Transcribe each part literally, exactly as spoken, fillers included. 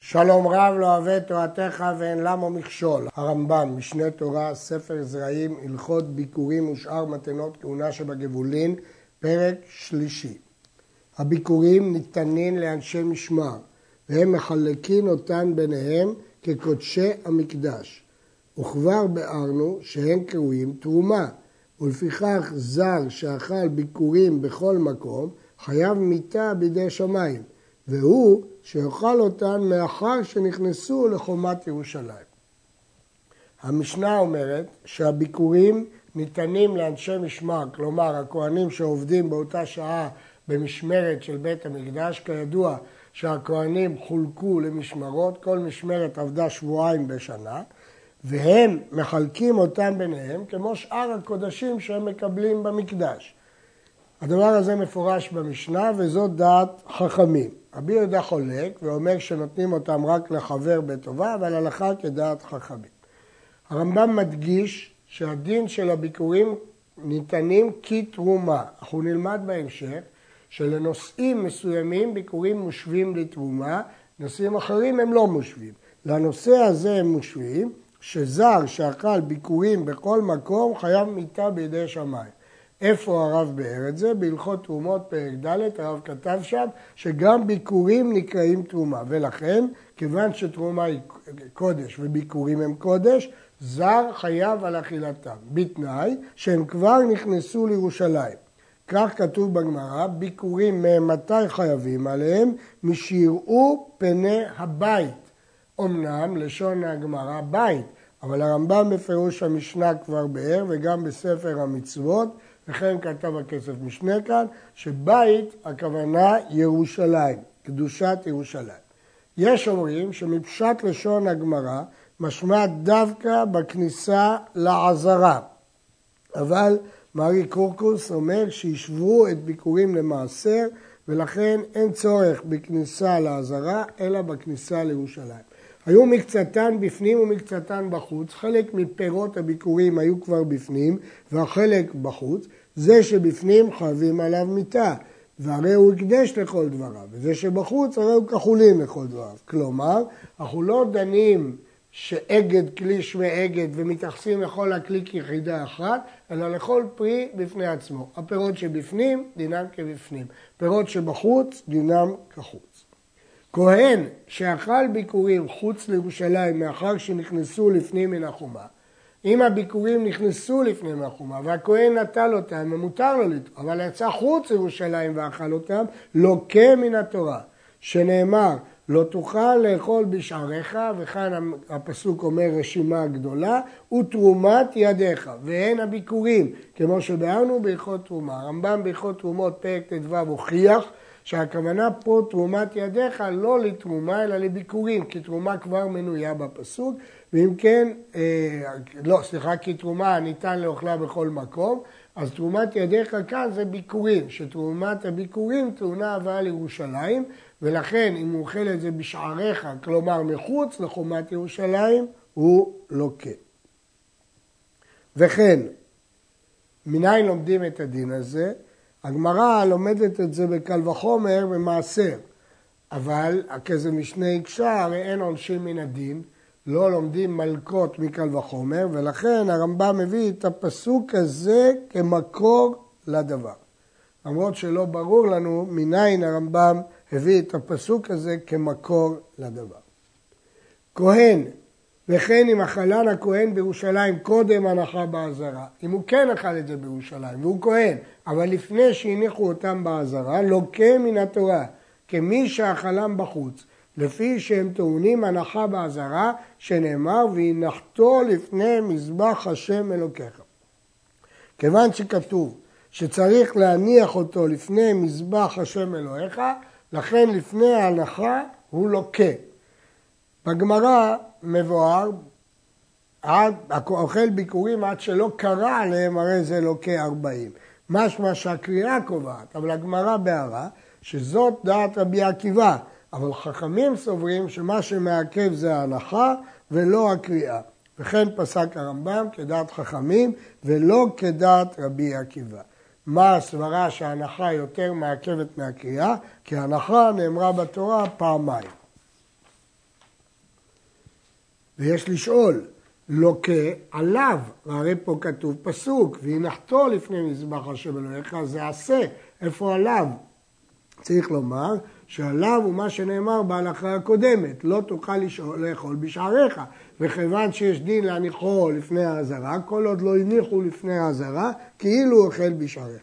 שלום רב לא אוהב את תורתך ואין למו מכשול. הרמב"ם, משנה תורה, ספר זרעים, הלכות ביקורים ושאר מתנות כהונה שבגבולין, פרק שלישי. הביקורים ניתנים לאנשי משמר, והם מחלקים אותן ביניהם כקודשי המקדש. וכבר בארנו שהם קרויים תרומה, ולפיכך זר שאכל ביקורים בכל מקום, חייב מיתה בידי שמיים. והוא שיאכל אותן מאחר שנכנסו לחומת ירושלים. המשנה אומרת שהביקורים ניתנים לאנשי משמר, כלומר הכהנים שעובדים באותה שעה במשמרת של בית המקדש. כידוע שהכהנים חולקו למשמרות, כל משמרת עבדה שבועיים בשנה, והם מחלקים אותם ביניהם כמו שאר הקודשים שהם מקבלים במקדש. הדבר הזה מפורש במשנה וזאת דעת חכמים. רבי יהודה חולק ואומר שנותנים אותם רק לחבר בטובה, אבל הלכה כדעת חכמים. הרמב"ם מדגיש שהדין של הביקורים ניתנים כתרומה. אנחנו נלמד בהמשך שלנושאים מסוימים ביקורים מושבים לתרומה, נושאים אחרים הם לא מושבים. לנושא הזה הם מושבים, שזר שאכל ביקורים בכל מקום חייב מיתה בידי שמיים. איפה הרב באר את זה? בהלכות תרומות פרק ד' הרב כתב שם שגם ביקורים נקראים תרומה, ולכן כיוון שתרומה היא קודש וביקורים הם קודש, זר חייב על אכילתם, בתנאי שהם כבר נכנסו לירושלים. כך כתוב בגמרא, ביקורים מתי חייבים עליהם? משיראו פני הבית. אמנם לשון הגמרא בית, אבל הרמב"ם בפירוש המשנה כבר באר וגם בספר המצוות, וכן כתב הכסף משנה כאן, שבית הכוונה ירושלים, קדושת ירושלים. יש אומרים שמפשט לשון הגמרא משמע דווקא בכניסה לעזרה, אבל מרי קורקוס אומר שישבו את ביקורים למעשר, ולכן אין צורך בכניסה לעזרה, אלא בכניסה לירושלים. היו מקצתן בפנים ומקצתן בחוץ, חלק מפירות הביקורים היו כבר בפנים והחלק בחוץ. זה שבפנים חייבים עליו מיתה, והרי הוא הקדש לכל דבריו, וזה שבחוץ הרי הוא כחולין לכל דבריו. כלומר, אנחנו לא דנים שאגד כלי שמי אגד ומתייחסים לכל הכלי כיחידה אחת, אלא לכל פרי בפני עצמו. הפירות שבפנים דינם כבפנים, פירות שבחוץ דינם כחוץ. כהן שאכל ביקורים חוץ לירושלים מאחר שנכנסו לפנים מן החומה, אם הביקורים נכנסו לפני מהחומה והכהן נטל אותם, מותר לו לטעות, אבל יצא חוץ לירושלים ואכל אותם, לוקה מן התורה, שנאמר לא תוכל לאכול בשעריך, וכאן הפסוק אומר רשימה גדולה, ותרומת ידיך, והן הביקורים, כמו שבארנו בהלכות תרומה. הרמב"ם בהלכות תרומות פרק ט"ו הוכיח שהכוונה פה תרומת ידיך לא לתרומה אלא לביקורים, כי תרומה כבר מנויה בפסוק, ואם כן, אה, לא, סליחה, כי תרומה ניתן לאוכלה בכל מקום, אז תרומת ידיך כאן זה ביקורים, שתרומת הביקורים טעונה הבאה לירושלים, ולכן אם הוא אוכל את זה בשעריך, כלומר מחוץ לחומת ירושלים, הוא לוקה. וכן, מניין לומדים את הדין הזה? הגמרא לומדת את זה בקל וחומר במעשר, אבל הכסף משנה הקשה, הרי אין עונשים מן הדין, לא לומדים מלכות מקל וחומר, ולכן הרמב"ם מביא את הפסוק הזה כמקור לדבר. למרות שלא ברור לנו מניין הרמב"ם הביא את הפסוק הזה כמקור לדבר. כהן, וכן אם אכלן הכהן בירושלים קודם הנחה בעזרה, אם הוא כן אכל את זה בירושלים והוא כהן, אבל לפני שהניחו אותם בעזרה, לוקה מן התורה, כמי שאכלם בחוץ, לפי שהם טעונים הנחה בעזרה, שנאמר והנחתו לפני מזבח השם אלוקיך. כיוון שכתוב שצריך להניח אותו לפני מזבח השם אלוהיך, לכן לפני ההנחה הוא לוקה. בגמרא מבואר, אוכל ביקורים עד שלא קרא עליהם, הרי זה לוקה ארבעים. משמע שהקריאה קובעת, אבל הגמרא בהערה שזאת דעת רבי עקיבא, אבל חכמים סוברים שמה שמעכב זה ההנחה ולא הקריאה. וכן פסק הרמב"ם כדעת חכמים ולא כדעת רבי עקיבא. מה הסברה שההנחה יותר מעכבת מהקריאה? כי ההנחה נאמרה בתורה פעמיים. ויש לשאול, לוקה עליו, והרי פה כתוב פסוק, והנחתו לפני מזבח השם אלוהיך, זה עשה, איפה עליו? צריך לומר שעליו הוא מה שנאמר בהלכה הקודמת, לא תוכל לשאול, לאכול בשעריך, וכיוון שיש דין להניחו לפני האזהרה, כל עוד לא הניחו לפני האזהרה, כאילו אוכל בשעריך.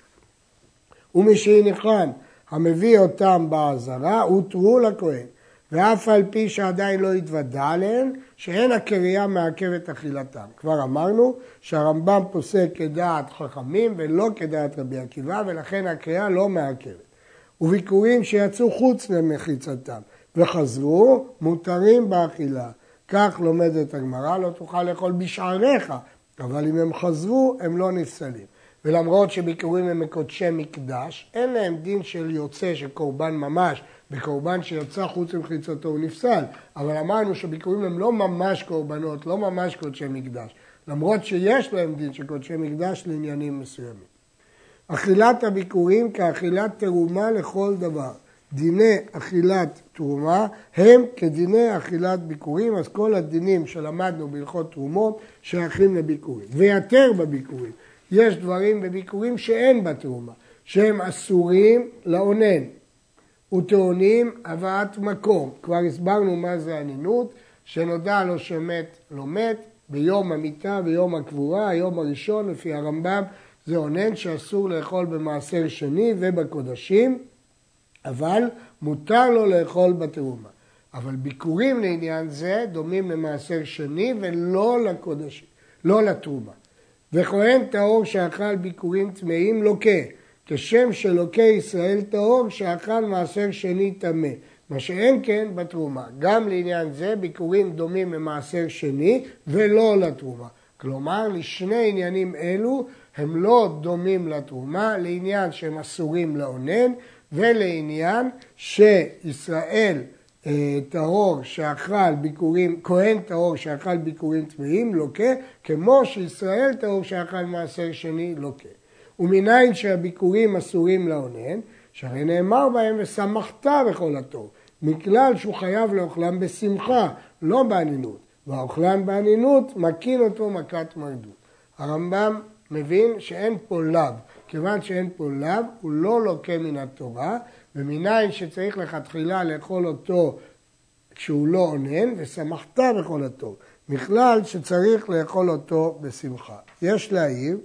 ומשהניחם המביא אותם באזהרה, הותרו לכהן, ואף על פי שעדיין לא התוודע עליהן, שאין הקריאה מעכבת אכילתם. כבר אמרנו שהרמב"ם פוסק כדעת חכמים ולא כדעת רבי עקיבא, ולכן הקריאה לא מעכבת. וביקורים שיצאו חוץ למחיצתם וחזרו, מותרים באכילה. כך לומדת הגמרא, לא תוכל לאכול בשעריך, אבל אם הם חזרו, הם לא נפסלים. ולמרות שביקורים הם מקודשי מקדש, אין להם דין של יוצא של קורבן ממש, בקורבן שיצא חוץ למחיצתו הוא נפסל. אבל אמרנו שביקורים הם לא ממש קורבנות, לא ממש קודשי מקדש. למרות שיש להם דין של קודשי מקדש לעניינים מסוימים. אכילת הביקורים כאכילת תרומה לכל דבר. דיני אכילת תרומה הם כדיני אכילת ביקורים, אז כל הדינים שלמדנו בהלכות תרומות שייכים לביקורים. ויתר בביקורים, יש דברים בביקורים שאין בתרומה, שהם אסורים לאונן, וטעונים הבאת מקום. כבר הסברנו מה זה הנינות, שנודע לו שמת לא מת, ביום המיטה ויום הקבורה, היום הראשון לפי הרמב"ם, זה אונן שאסור לאכול במעשר שני ובקודשים, אבל מותר לו לאכול בתרומה. אבל ביקורים לעניין זה דומים למעשר שני ולא לקודשים, לא לתרומה. וכהן טהור שאכל ביקורים טמאים לוקה, כשם שלוקה ישראל טהור שאכל מעשר שני טמא, מה שאין כן בתרומה. גם לעניין זה ביקורים דומים למעשר שני ולא לתרומה. כלומר, לשני עניינים אלו הם לא דומים לתרומה, לעניין שהם אסורים לאונן, ולעניין שישראל אה, טהור שאכל ביקורים, כהן טהור שאכל ביקורים טמאים לוקה, כמו שישראל טהור שאכל מעשר שני לוקה. ומניין שהביקורים אסורים לאונן, שהרי נאמר בהם ושמחת בכל הטוב, מכלל שהוא חייב לאוכלם בשמחה, לא בענינות, והאוכלם בענינות מקין אותו מכת מרדות. הרמב"ם מבין שאין פה לאו, כיוון שאין פה לאו הוא לא לוקה מן התורה, ומניין שצריך לכתחילה לאכול אותו כשהוא לא אונן, ושמחת בכל הטוב, מכלל שצריך לאכול אותו בשמחה. יש להעיר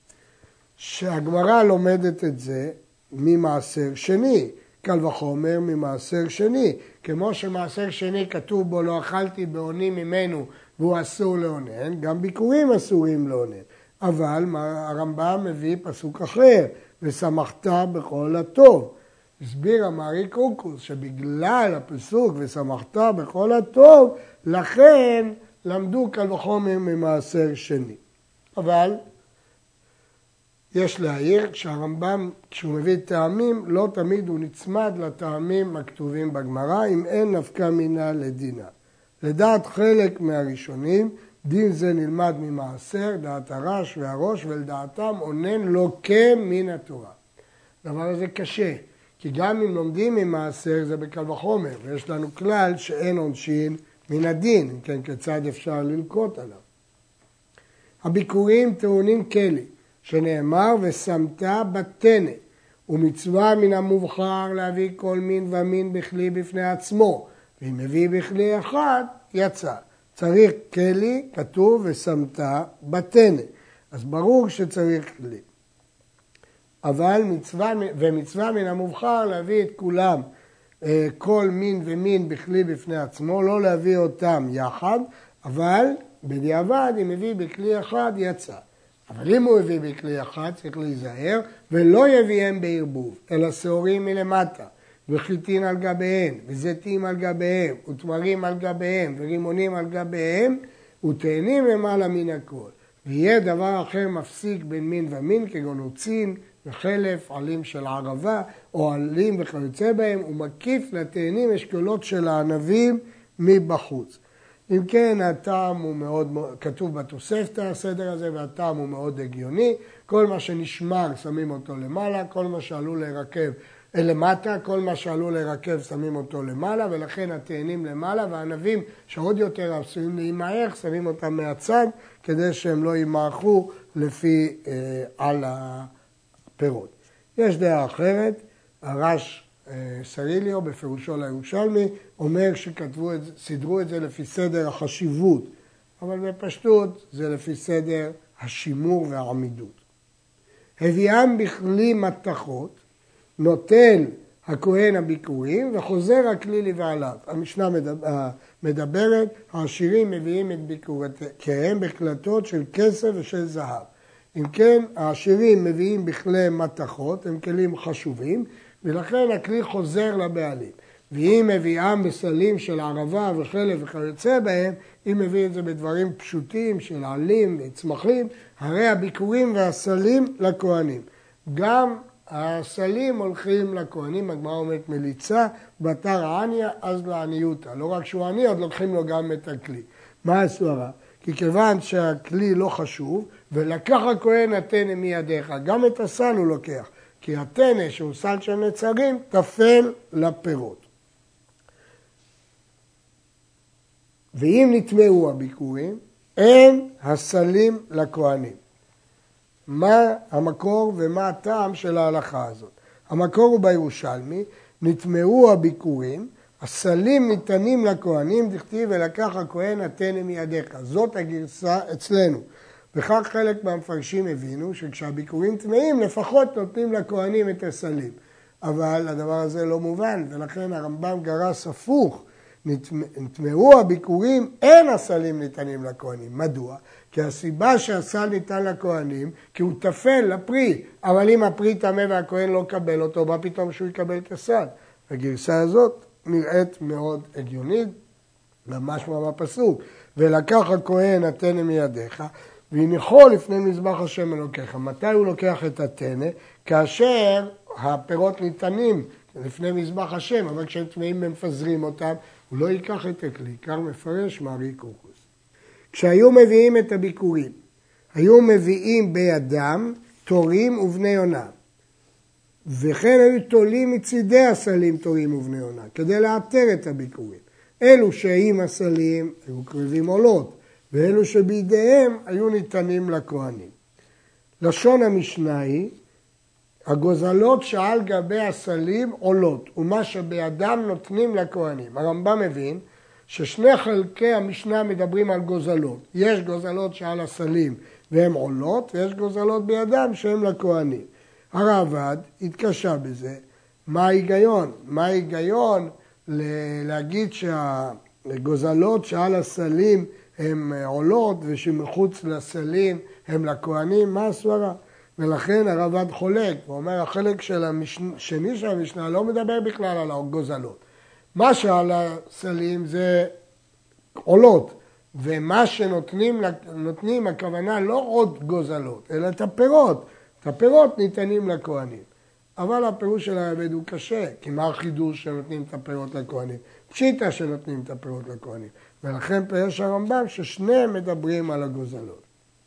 שהגמרא לומדת את זה ממעשר שני, קל וחומר ממעשר שני, כמו שמעשר שני כתוב בו לא אכלתי באוני ממנו והוא אסור לאונן, גם ביקורים אסורים לאונן. אבל הרמב"ם מביא פסוק אחר, ושמחת בכל הטוב. הסביר המארי קורקוס שבגלל הפסוק ושמחת בכל הטוב, לכן למדו קל וחומר ממעשר שני. אבל יש להעיר שהרמב"ם, כשהוא מביא טעמים, לא תמיד הוא נצמד לטעמים הכתובים בגמרא, אם אין נפקא מינה לדינה. לדעת חלק מהראשונים, דין זה נלמד ממעשר, דעת הרש והראש, ולדעתם אונן לוקה מן התורה. הדבר הזה קשה, כי גם אם לומדים ממעשר זה בקל וחומר, ויש לנו כלל שאין עונשין מן הדין, כן, כיצד אפשר ללקוט עליו. הביקורים טעונים כלי, שנאמר ושמת בתנא, ומצווה מן המובחר להביא כל מין ומין בכלי בפני עצמו, ואם מביא בכלי אחד, יצא. צריך כלי, כתוב ושמת בתנא, אז ברור שצריך כלי. אבל מצווה, ומצווה מן המובחר להביא את כולם, כל מין ומין בכלי בפני עצמו, לא להביא אותם יחד, אבל בדיעבד אם מביא בכלי אחד יצא. אבל אם הוא הביא בכלי אחד צריך להיזהר, ולא יביאם בערבוב, אלא שעורים מלמטה, וחיטין על גביהם, וזיתים על גביהם, ותמרים על גביהם, ורימונים על גביהם, ותאנים למעלה מן הכל. ויהיה דבר אחר מפסיק בין מין ומין, כגון הוצין וחלף, עלים של ערבה, או עלים וכיוצא בהם, ומקיף לתאנים אשכולות של הענבים מבחוץ. אם כן, הטעם הוא מאוד, כתוב בתוספתא הסדר הזה, והטעם הוא מאוד הגיוני. כל מה שנשמר שמים אותו למעלה, כל מה שעלול להירקב למטה, כל מה שעלול לרכב שמים אותו למעלה, ולכן התאנים למעלה, והענבים שעוד יותר עשויים להימעך, שמים אותם מהצד, כדי שהם לא יימעכו לפי אה, על הפירות. יש דעה אחרת, הרש אה, סריליו בפירושו לירושלמי, אומר שכתבו את זה, סידרו את זה לפי סדר החשיבות, אבל בפשטות זה לפי סדר השימור והעמידות. הביאם בכלי מתכות, נוטל הכהן הביקורים וחוזר הכלי לבעליו. המשנה מדברת, העשירים מביאים את ביקורותיהם בכלתות של כסף ושל זהב. אם כן, העשירים מביאים בכלי מתכות, הם כלים חשובים, ולכן הכלי חוזר לבעלים. ואם מביאם בסלים של ערבה וחלב וכיוצא בהם, אם מביא את זה בדברים פשוטים של עלים וצמחים, הרי הביקורים והסלים לכהנים. גם הסלים הולכים לכהנים, הגמרא אומרת מליצה, בתר העניה, אז לעניותא. לא רק שהוא עני, עוד לוקחים לו גם את הכלי. מה הסברה? כי כיוון שהכלי לא חשוב, ולקח הכהן התנא מידיך, גם את הסל הוא לוקח. כי התנא שהוא סל של נצרים, תפל לפירות. ואם נטמעו הביקורים, אין הסלים לכהנים. מה המקור ומה הטעם של ההלכה הזאת? המקור הוא בירושלמי, נטמעו הביקורים, הסלים ניתנים לכהנים, דכתיב ולקח הכהן התנא מידיך. זאת הגרסה אצלנו. וכך חלק מהמפרשים הבינו שכשהביקורים טמאים לפחות נותנים לכהנים את הסלים. אבל הדבר הזה לא מובן, ולכן הרמב"ם גרס הפוך. נטמעו הביקורים, אין הסלים ניתנים לכהנים. מדוע? כי הסיבה שהסל ניתן לכהנים, כי הוא תפל לפרי, אבל אם הפרי טמא והכהן לא קבל אותו, מה פתאום שהוא יקבל את הסל? הגרסה הזאת נראית מאוד הגיונית, ממש מהפסוק, ולקח הכהן התנא מידיך, והניחו לפני מזבח השם אלוקיך. מתי הוא לוקח את התנא? כאשר הפירות ניתנים לפני מזבח השם, אבל כשהם טמאים ומפזרים אותם, הוא לא ייקח את הכלי, כך מפרש מארי קורקוס. כשהיו מביאים את הביקורים, היו מביאים בידם תורים ובני יונה, וכן היו תולים מצידי הסלים תורים ובני יונה, כדי לאתר את הביקורים. אלו שעם הסלים היו קרבים עולות, ואלו שבידיהם היו ניתנים לכהנים. לשון המשנה היא, הגוזלות שעל גבי הסלים עולות, ומה שבידם נותנים לכהנים. הרמב"ם מבין ששני חלקי המשנה מדברים על גוזלות. יש גוזלות שעל הסלים והן עולות, ויש גוזלות בידם שהן לכהנים. הרעב"ד התקשה בזה. מה ההיגיון? מה ההיגיון להגיד שהגוזלות שעל הסלים הן עולות ושמחוץ לסלים הן לכהנים? מה הסברה? ולכן הרעב"ד חולק, הוא אומר החלק של השני של המשנה לא מדבר בכלל על הגוזלות. מה שעל הסלים זה עולות, ומה שנותנים נותנים, הכוונה לא עוד גוזלות, אלא את הפירות. את הפירות ניתנים לכהנים. אבל הפירוש של הרעב"ד הוא קשה, כי מה החידוש שנותנים את הפירות לכהנים? פשיטה שנותנים את הפירות לכהנים. ולכן פירש הרמב"ם ששניהם מדברים על הגוזלות.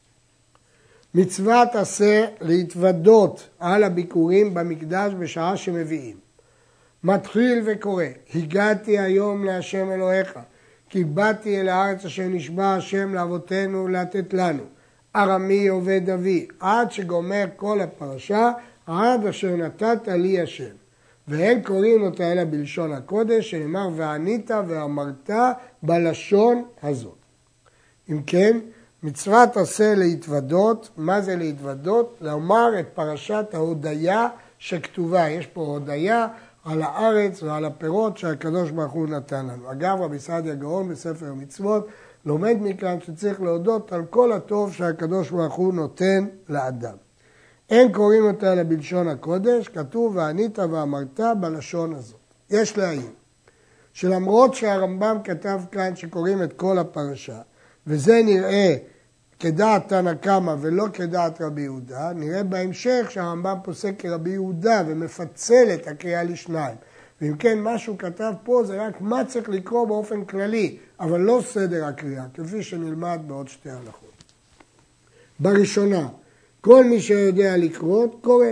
מצוות עשה להתוודות על הביקורים במקדש בשעה שמביאים. מתחיל וקורא, הגעתי היום להשם אלוהיך, כי באתי אל הארץ אשר נשבע השם לאבותינו לתת לנו. ארמי עובד אבי, עד שגומר כל הפרשה, עד אשר נתת לי השם. והם קוראים אותה אלא בלשון הקודש, שנאמר וענית ואמרת בלשון הזאת. אם כן, מצוות עשה להתוודות, מה זה להתוודות? לומר את פרשת ההודיה שכתובה. יש פה הודיה על הארץ ועל הפירות שהקדוש ברוך הוא נתן לנו. אגב, רבי סעדיה גאון בספר המצוות לומד מכאן שצריך להודות על כל הטוב שהקדוש ברוך הוא נותן לאדם. אין קוראים אותה אלא בלשון הקודש, כתוב וענית ואמרת בלשון הזאת. יש להעיר שלמרות שהרמב"ם כתב כאן שקוראים את כל הפרשה, וזה נראה כדעת תנא קמא ולא כדעת רבי יהודה, נראה בהמשך שהרמב"ם פוסק כרבי יהודה ומפצל את הקריאה לשניים. ואם כן, מה שהוא כתב פה זה רק מה צריך לקרוא באופן כללי, אבל לא סדר הקריאה, כפי שנלמד בעוד שתי הלכות. בראשונה, כל מי שיודע לקרוא, קורא.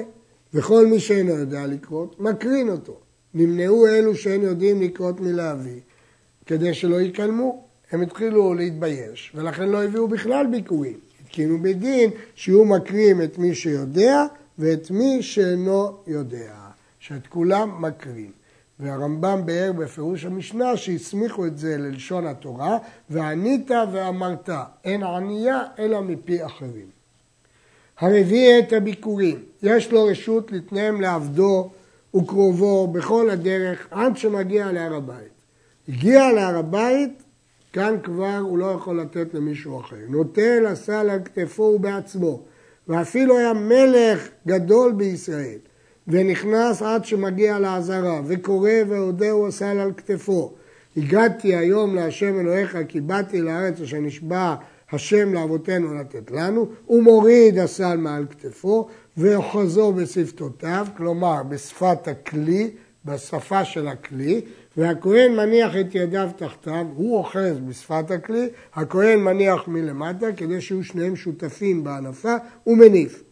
וכל מי שאינו יודע לקרות, מקרין אותו. נמנעו אלו שאין יודעים לקרות מלהביא, כדי שלא יקלמו. הם התחילו להתבייש, ולכן לא הביאו בכלל ביקורים. התקינו בדין שיהיו מקרים את מי שיודע, ואת מי שאינו יודע, שאת כולם מקרים. והרמב"ם באר בפירוש המשנה שהסמיכו את זה ללשון התורה, וענית ואמרת, אין ענייה אלא מפי אחרים. הרביעי את הביקורים, יש לו רשות לתנאם לעבדו וקרובו בכל הדרך עד שמגיע להר הבית. הגיע להר הבית, כאן כבר הוא לא יכול לתת למישהו אחר. נוטל הסל על כתפו ובעצמו, ואפילו היה מלך גדול בישראל, ונכנס עד שמגיע לעזרה, וקורא והודהו הסל על כתפו. הגעתי היום להשם אלוהיך, כי באתי לארץ אשר נשבע השם לאבותינו לתת לנו, הוא מוריד הסל מעל כתפו, ואוחזו בשפתותיו, כלומר בשפת הכלי, בשפה של הכלי, והכהן מניח את ידיו תחתיו, הוא אוחז בשפת הכלי, הכהן מניח מלמטה, כדי שיהיו שניהם שותפים בענפה, ומניף.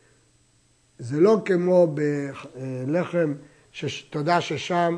זה לא כמו בלחם, תודה ששם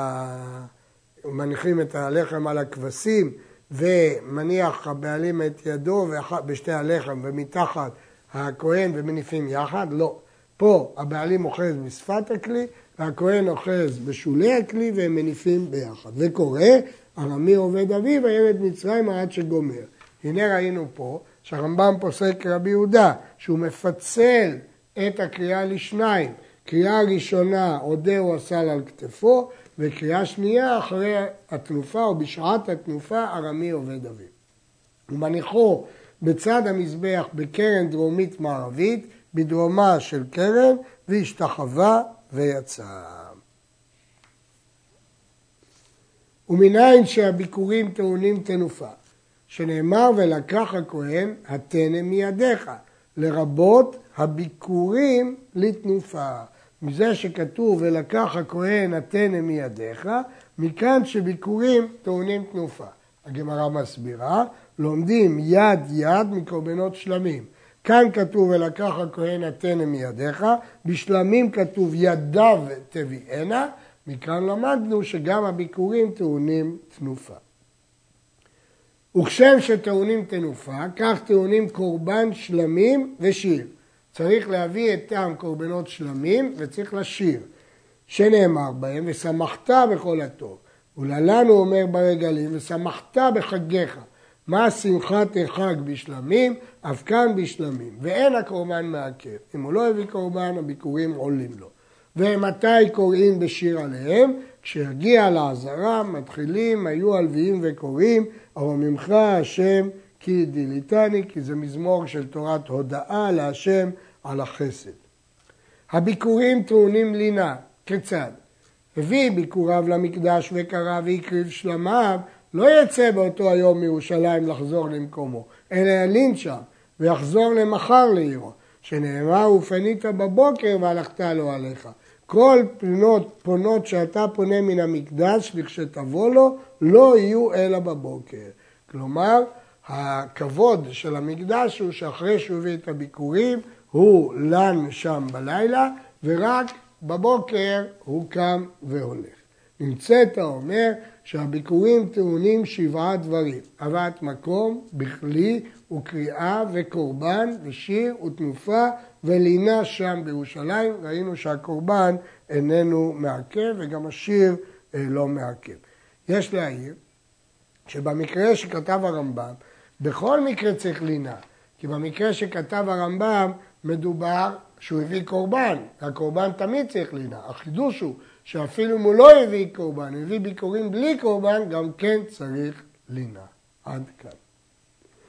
מניחים את הלחם על הכבשים, ומניח הבעלים את ידו בשתי הלחם, ומתחת הכהן ומניפים יחד, לא. פה הבעלים אוחז בשפת הכלי, והכהן אוחז בשולי הכלי, והם מניפים ביחד. וקורא, ארמי עובד אביו, וילד מצרים עד שגומר. הנה ראינו פה שהרמב"ם פוסק רבי יהודה, שהוא מפצל את הקריאה לשניים. קריאה ראשונה, הודהו הסל על כתפו, וקריאה שנייה אחרי התנופה, או בשעת התנופה, ארמי עובד אביו. ומניחו בצד המזבח בקרן דרומית מערבית, בדרומה של קרן, והשתחווה ויצא. ומניין שהביקורים טעונים תנופה, שנאמר ולקח הכהן התנא מידיך, לרבות הביקורים לתנופה. מזה שכתוב ולקח הכהן התנא מידיך, מכאן שביקורים טעונים תנופה. הגמרא מסבירה, לומדים יד יד מקורבנות שלמים. כאן כתוב ולקח הכהן התנא מידיך, בשלמים כתוב ידיו תביאנה, מכאן למדנו שגם הביקורים טעונים תנופה. וכשם שטעונים תנופה, כך טעונים קורבן שלמים ושיר. צריך להביא את טעם קורבנות שלמים וצריך לשיר, שנאמר בהם, ושמחת בכל הטוב. ולנו אומר ברגלים, ושמחת בחגיך. מה שמחת החג בשלמים, אף כאן בשלמים. ואין הקורבן מעכב. אם הוא לא הביא קורבן, הביקורים עולים לו. ומתי קוראים בשיר עליהם? כשהגיע לעזרה, מתחילים, היו הלוויים וקוראים, אבל ממך השם כי דיליתני, כי זה מזמור של תורת הודאה להשם על החסד. הביקורים טעונים לינה, כיצד? הביא ביקוריו למקדש וקרא והקריב שלמיו, לא יצא באותו היום מירושלים לחזור למקומו, אלא ילין שם ויחזור למחר לעירו, שנאמר ופנית בבוקר והלכת לו עליך. כל פונות, פונות שאתה פונה מן המקדש לכשתבוא לו, לא יהיו אלא בבוקר. כלומר, הכבוד של המקדש הוא שאחרי שהוא הביא את הביקורים, הוא לן שם בלילה, ורק בבוקר הוא קם והולך. נמצאת אומר שהביקורים טעונים שבעה דברים, הבאת מקום, בכלי וקריאה וקורבן ושיר ותנופה ולינה שם בירושלים. ראינו שהקורבן איננו מעכב וגם השיר לא מעכב. יש להעיר שבמקרה שכתב הרמב"ם, בכל מקרה צריך לינה, כי במקרה שכתב הרמב"ם מדובר שהוא הביא קורבן, הקורבן תמיד צריך לינה. החידוש הוא שאפילו אם הוא לא הביא קורבן, הוא הביא ביקורים בלי קורבן, גם כן צריך לינה. עד כאן.